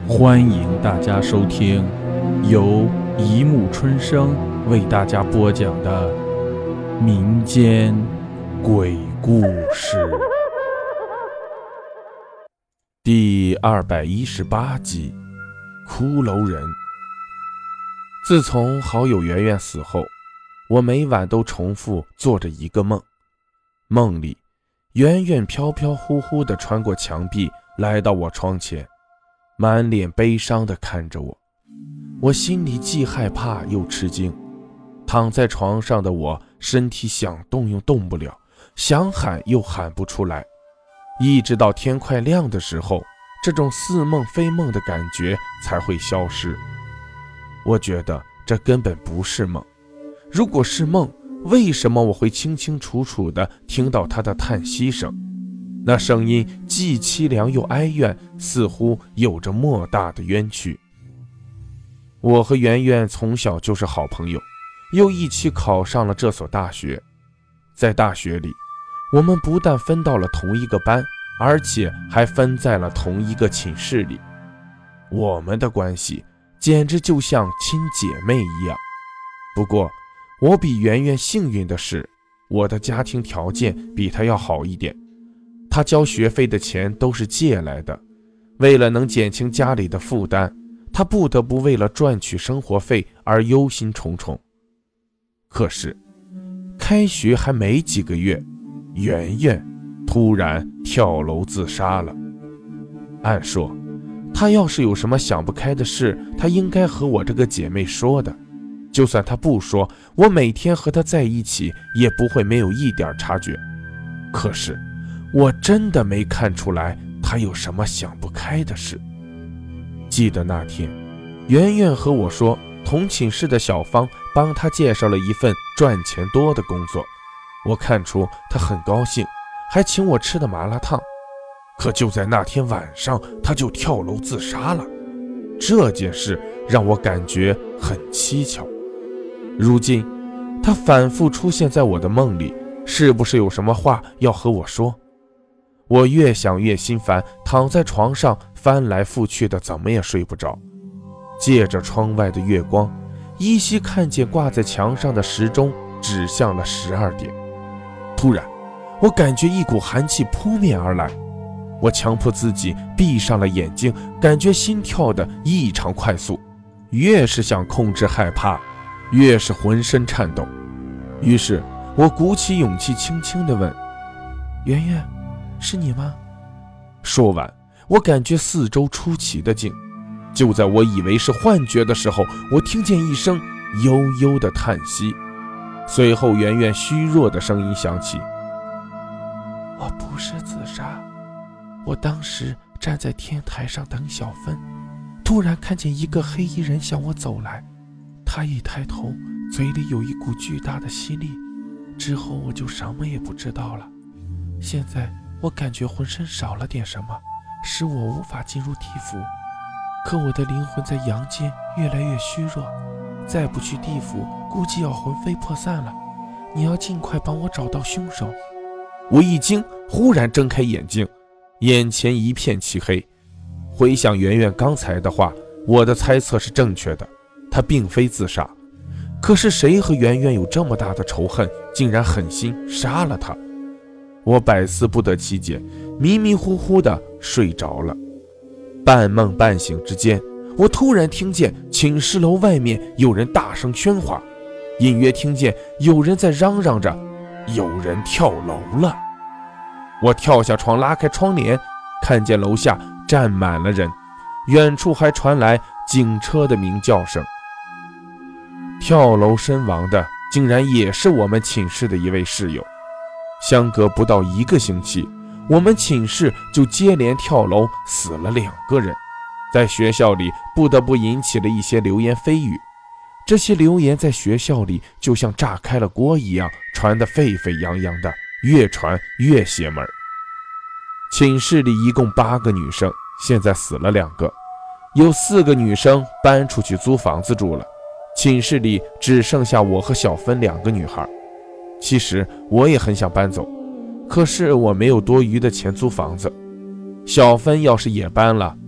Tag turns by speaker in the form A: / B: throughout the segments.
A: 欢迎大家收听由一木春生为大家播讲的民间鬼故事第218集骷髅人。自从好友圆圆死后，我每晚都重复做着一个梦，梦里圆圆飘飘忽忽地穿过墙壁来到我窗前，满脸悲伤地看着我。我心里既害怕又吃惊，躺在床上的我身体想动又动不了，想喊又喊不出来，一直到天快亮的时候，这种似梦非梦的感觉才会消失。我觉得这根本不是梦，如果是梦，为什么我会清清楚楚地听到他的叹息声？那声音既凄凉又哀怨，似乎有着莫大的冤屈。我和圆圆从小就是好朋友，又一起考上了这所大学。在大学里，我们不但分到了同一个班，而且还分在了同一个寝室里。我们的关系简直就像亲姐妹一样。不过我比圆圆幸运的是，我的家庭条件比她要好一点。他交学费的钱都是借来的，为了能减轻家里的负担，他不得不为了赚取生活费而忧心忡忡。可是开学还没几个月，圆圆突然跳楼自杀了。按说他要是有什么想不开的事，他应该和我这个姐妹说的，就算他不说，我每天和他在一起也不会没有一点察觉。可是我真的没看出来他有什么想不开的事。记得那天，圆圆和我说，同寝室的小芳帮他介绍了一份赚钱多的工作。我看出他很高兴，还请我吃的麻辣烫。可就在那天晚上，他就跳楼自杀了。这件事让我感觉很蹊跷。如今他反复出现在我的梦里，是不是有什么话要和我说？我越想越心烦，躺在床上翻来覆去的，怎么也睡不着。借着窗外的月光，依稀看见挂在墙上的时钟指向了12点。突然我感觉一股寒气扑面而来，我强迫自己闭上了眼睛，感觉心跳的异常快速，越是想控制害怕，越是浑身颤抖。于是我鼓起勇气轻轻地问，圆圆，是你吗？说完，我感觉四周出奇的静。就在我以为是幻觉的时候，我听见一声悠悠的叹息，随后圆圆虚弱的声音响起，我不是自杀，我当时站在天台上等小芬，突然看见一个黑衣人向我走来，他一抬头，嘴里有一股巨大的吸力，之后我就什么也不知道了。现在我感觉浑身少了点什么，使我无法进入地府，可我的灵魂在阳间越来越虚弱，再不去地府估计要魂飞魄散了，你要尽快帮我找到凶手。我一惊，忽然睁开眼睛，眼前一片漆黑。回想圆圆刚才的话，我的猜测是正确的，她并非自杀。可是谁和圆圆有这么大的仇恨，竟然狠心杀了她？我百思不得其解，迷迷糊糊地睡着了。半梦半醒之间，我突然听见寝室楼外面有人大声喧哗，隐约听见有人在嚷嚷着有人跳楼了。我跳下床，拉开窗帘，看见楼下站满了人，远处还传来警车的鸣叫声。跳楼身亡的竟然也是我们寝室的一位室友。相隔不到1个星期，我们寝室就接连跳楼死了2个人，在学校里不得不引起了一些流言蜚语。这些流言在学校里就像炸开了锅一样，传得沸沸扬扬的，越传越邪门。寝室里一共8个女生，现在死了2个，有4个女生搬出去租房子住了，寝室里只剩下我和小芬2个女孩。其实我也很想搬走，可是我没有多余的钱租房子。小芬要是也搬了，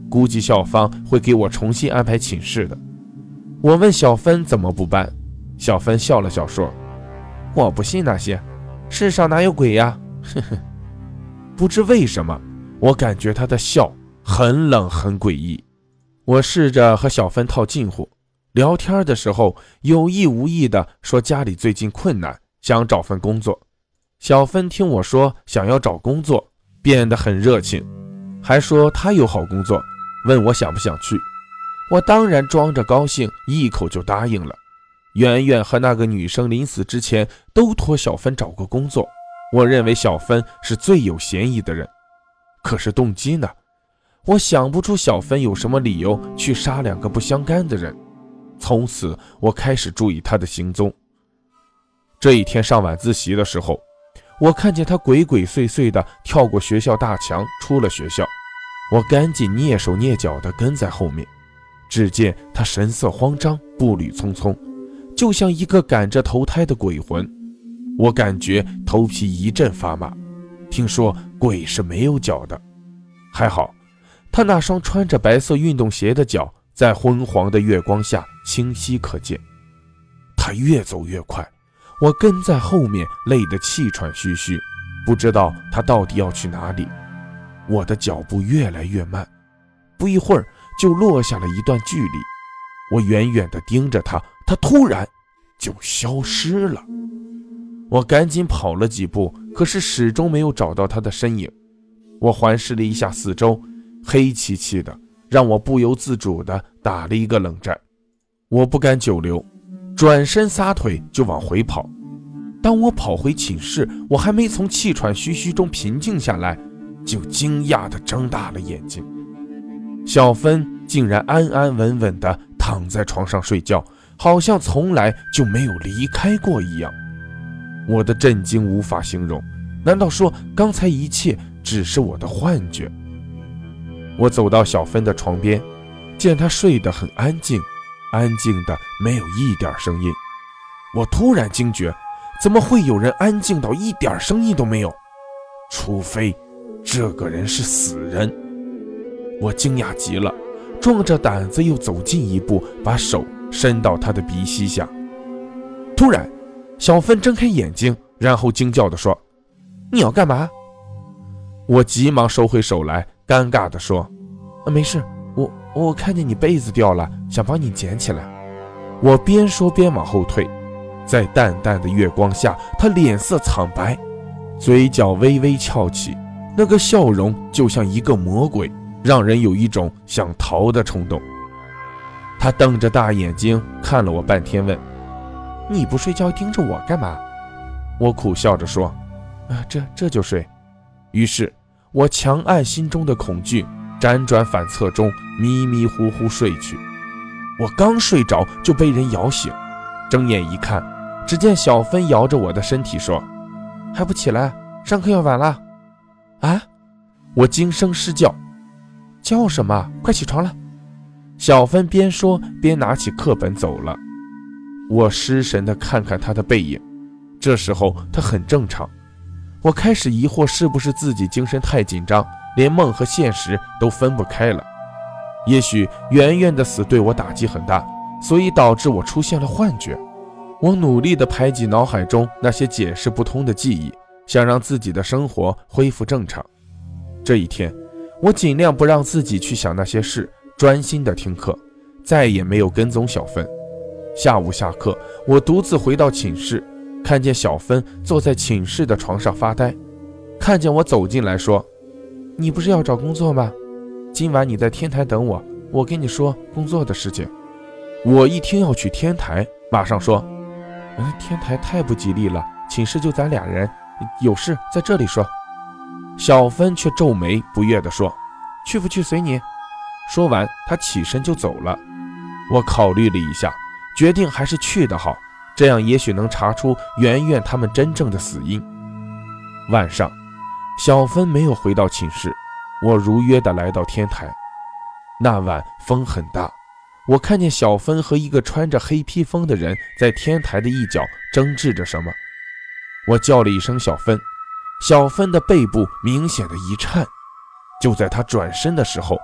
A: 估计校方会给我重新安排寝室的。我问小芬怎么不办，小芬笑了笑说，我不信那些，世上哪有鬼呀，呵呵。不知为什么，我感觉她的笑很冷很诡异。我试着和小芬套近乎，聊天的时候有意无意地说家里最近困难，想找份工作。小芬听我说想要找工作，变得很热情，还说她有好工作，问我想不想去。我当然装着高兴，一口就答应了。圆圆和那个女生临死之前都托小芬找过工作，我认为小芬是最有嫌疑的人。可是动机呢？我想不出小芬有什么理由去杀两个不相干的人。从此我开始注意她的行踪。这一天上晚自习的时候，我看见她鬼鬼祟祟地跳过学校大墙出了学校，我赶紧蹑手蹑脚地跟在后面。只见她神色慌张，步履匆匆，就像一个赶着投胎的鬼魂。我感觉头皮一阵发麻，听说鬼是没有脚的。还好她那双穿着白色运动鞋的脚在昏黄的月光下清晰可见。她越走越快，我跟在后面累得气喘吁吁，不知道她到底要去哪里。我的脚步越来越慢，不一会儿就落下了一段距离。我远远地盯着她，她突然就消失了。我赶紧跑了几步，可是始终没有找到她的身影。我环视了一下四周，黑漆漆的，让我不由自主地打了一个冷战。我不敢久留，转身撒腿就往回跑。当我跑回寝室，我还没从气喘吁吁中平静下来，就惊讶地睁大了眼睛。小芬竟然安安稳稳地躺在床上睡觉，好像从来就没有离开过一样。我的震惊无法形容，难道说刚才一切只是我的幻觉？我走到小芬的床边，见她睡得很安静，安静的没有一点声音。我突然惊觉，怎么会有人安静到一点声音都没有？除非这个人是死人。我惊讶极了，壮着胆子又走近一步，把手伸到他的鼻息下。突然小芬睁开眼睛，然后惊叫地说，你要干嘛？我急忙收回手来，尴尬地说，没事，我看见你被子掉了，想帮你捡起来。我边说边往后退，在淡淡的月光下，他脸色苍白，嘴角微微翘起，那个笑容就像一个魔鬼，让人有一种想逃的冲动。他瞪着大眼睛看了我半天，问，你不睡觉盯着我干嘛？我苦笑着说，这就睡。于是我强按心中的恐惧，辗转反侧中迷迷糊糊睡去。我刚睡着就被人摇醒，睁眼一看，只见小芬摇着我的身体说，还不起来，上课要晚了。啊！我惊声失叫，叫什么？快起床了！小芬边说边拿起课本走了。我失神地看看她的背影，这时候她很正常。我开始疑惑是不是自己精神太紧张，连梦和现实都分不开了。也许圆圆的死对我打击很大，所以导致我出现了幻觉。我努力地排挤脑海中那些解释不通的记忆，想让自己的生活恢复正常。这一天，我尽量不让自己去想那些事，专心地听课，再也没有跟踪小芬。下午下课，我独自回到寝室，看见小芬坐在寝室的床上发呆，看见我走进来说，你不是要找工作吗？今晚你在天台等我，我跟你说工作的事情。我一听要去天台，马上说，天台太不吉利了，寝室就咱俩人，有事在这里说。小芬却皱眉不悦地说，去不去随你。说完她起身就走了。我考虑了一下，决定还是去的好，这样也许能查出圆圆他们真正的死因。晚上小芬没有回到寝室，我如约地来到天台。那晚风很大，我看见小芬和一个穿着黑披风的人在天台的一角争执着什么。我叫了一声小芬，小芬的背部明显的一颤。就在她转身的时候，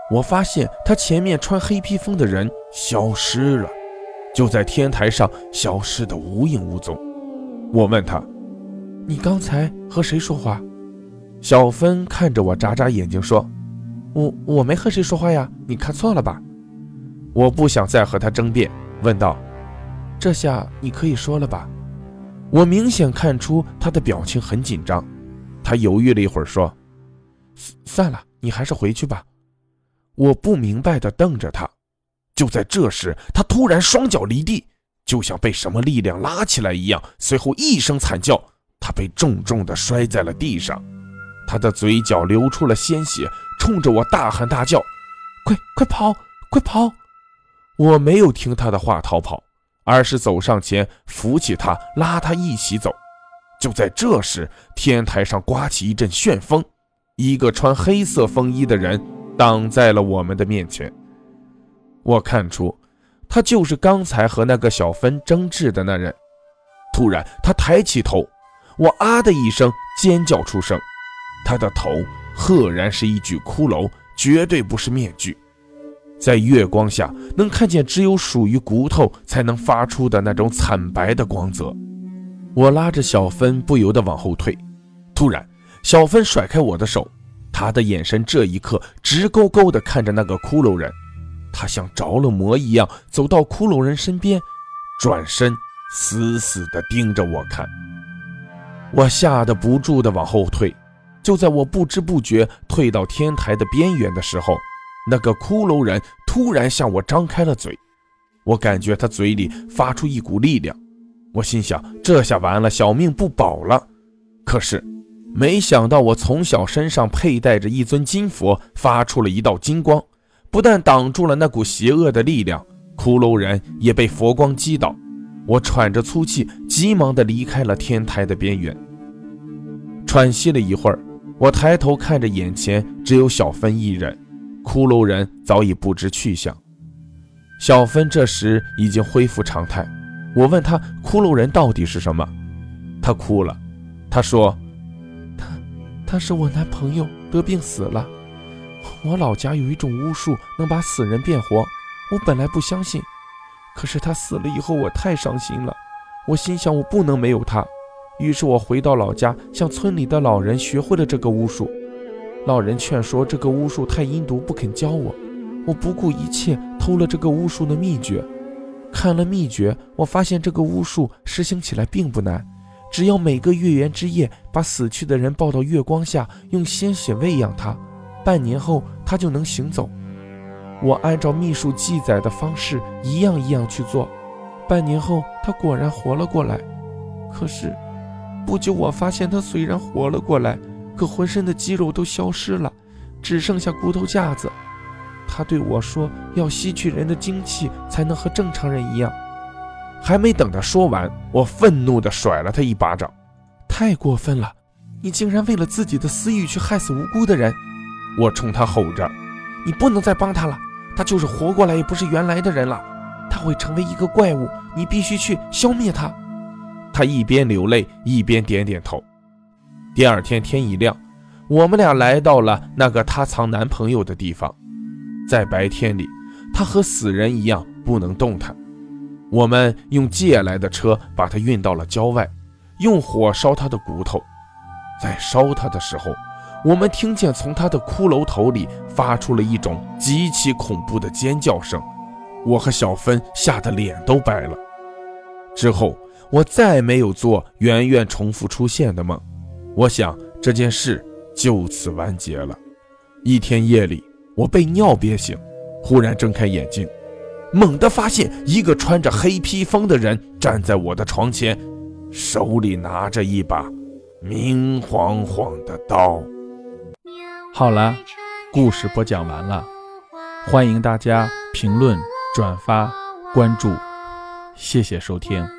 A: 我发现他前面穿黑披风的人消失了，就在天台上消失得无影无踪。我问他：你刚才和谁说话？小芬看着我眨眨眼睛说：我没和谁说话呀，你看错了吧？我不想再和他争辩，问道：这下你可以说了吧？我明显看出他的表情很紧张，他犹豫了一会儿说：算了，你还是回去吧。我不明白地瞪着他。就在这时，他突然双脚离地，就像被什么力量拉起来一样，随后一声惨叫，他被重重地摔在了地上，他的嘴角流出了鲜血，冲着我大喊大叫：快跑，快跑！我没有听他的话逃跑，而是走上前扶起他，拉他一起走。就在这时，天台上刮起一阵旋风，一个穿黑色风衣的人挡在了我们的面前。我看出他就是刚才和那个小芬争执的那人。突然他抬起头，我啊的一声尖叫出声，他的头赫然是一具骷髅，绝对不是面具。在月光下能看见只有属于骨头才能发出的那种惨白的光泽。我拉着小芬不由得往后退，突然小芬甩开我的手，她的眼神这一刻直勾勾地看着那个骷髅人，她像着了魔一样走到骷髅人身边，转身死死地盯着我看。我吓得不住地往后退，就在我不知不觉退到天台的边缘的时候，那个骷髅人突然向我张开了嘴，我感觉他嘴里发出一股力量，我心想这下完了，小命不保了。可是没想到我从小身上佩戴着一尊金佛，发出了一道金光，不但挡住了那股邪恶的力量，骷髅人也被佛光击倒。我喘着粗气，急忙地离开了天台的边缘。喘息了一会儿，我抬头看着眼前只有小芬一人，骷髅人早已不知去向。小芬这时已经恢复常态，我问她骷髅人到底是什么，她哭了。她说他是我男朋友，得病死了。我老家有一种巫术能把死人变活，我本来不相信，可是他死了以后我太伤心了，我心想我不能没有他，于是我回到老家向村里的老人学会了这个巫术。老人劝说这个巫术太阴毒，不肯教我，我不顾一切偷了这个巫术的秘诀。看了秘诀，我发现这个巫术实行起来并不难，只要每个月圆之夜把死去的人抱到月光下，用鲜血喂养他，半年后他就能行走。我按照秘术记载的方式一样一样去做，半年后他果然活了过来。可是不久我发现他虽然活了过来，可浑身的肌肉都消失了，只剩下骨头架子。他对我说要吸取人的精气才能和正常人一样。还没等他说完，我愤怒地甩了他一巴掌。太过分了，你竟然为了自己的私欲去害死无辜的人！我冲他吼着，你不能再帮他了，他就是活过来也不是原来的人了，他会成为一个怪物，你必须去消灭他。他一边流泪一边点点头。第二天天一亮，我们俩来到了那个她藏男朋友的地方。在白天里，他和死人一样不能动弹。我们用借来的车把他运到了郊外，用火烧他的骨头。在烧他的时候，我们听见从他的骷髅头里发出了一种极其恐怖的尖叫声，我和小芬吓得脸都白了。之后我再没有做圆圆重复出现的梦，我想这件事就此完结了。一天夜里，我被尿憋醒，忽然睁开眼睛，猛地发现一个穿着黑披风的人站在我的床前，手里拿着一把明晃晃的刀。
B: 好了，故事播讲完了，欢迎大家评论、转发、关注，谢谢收听。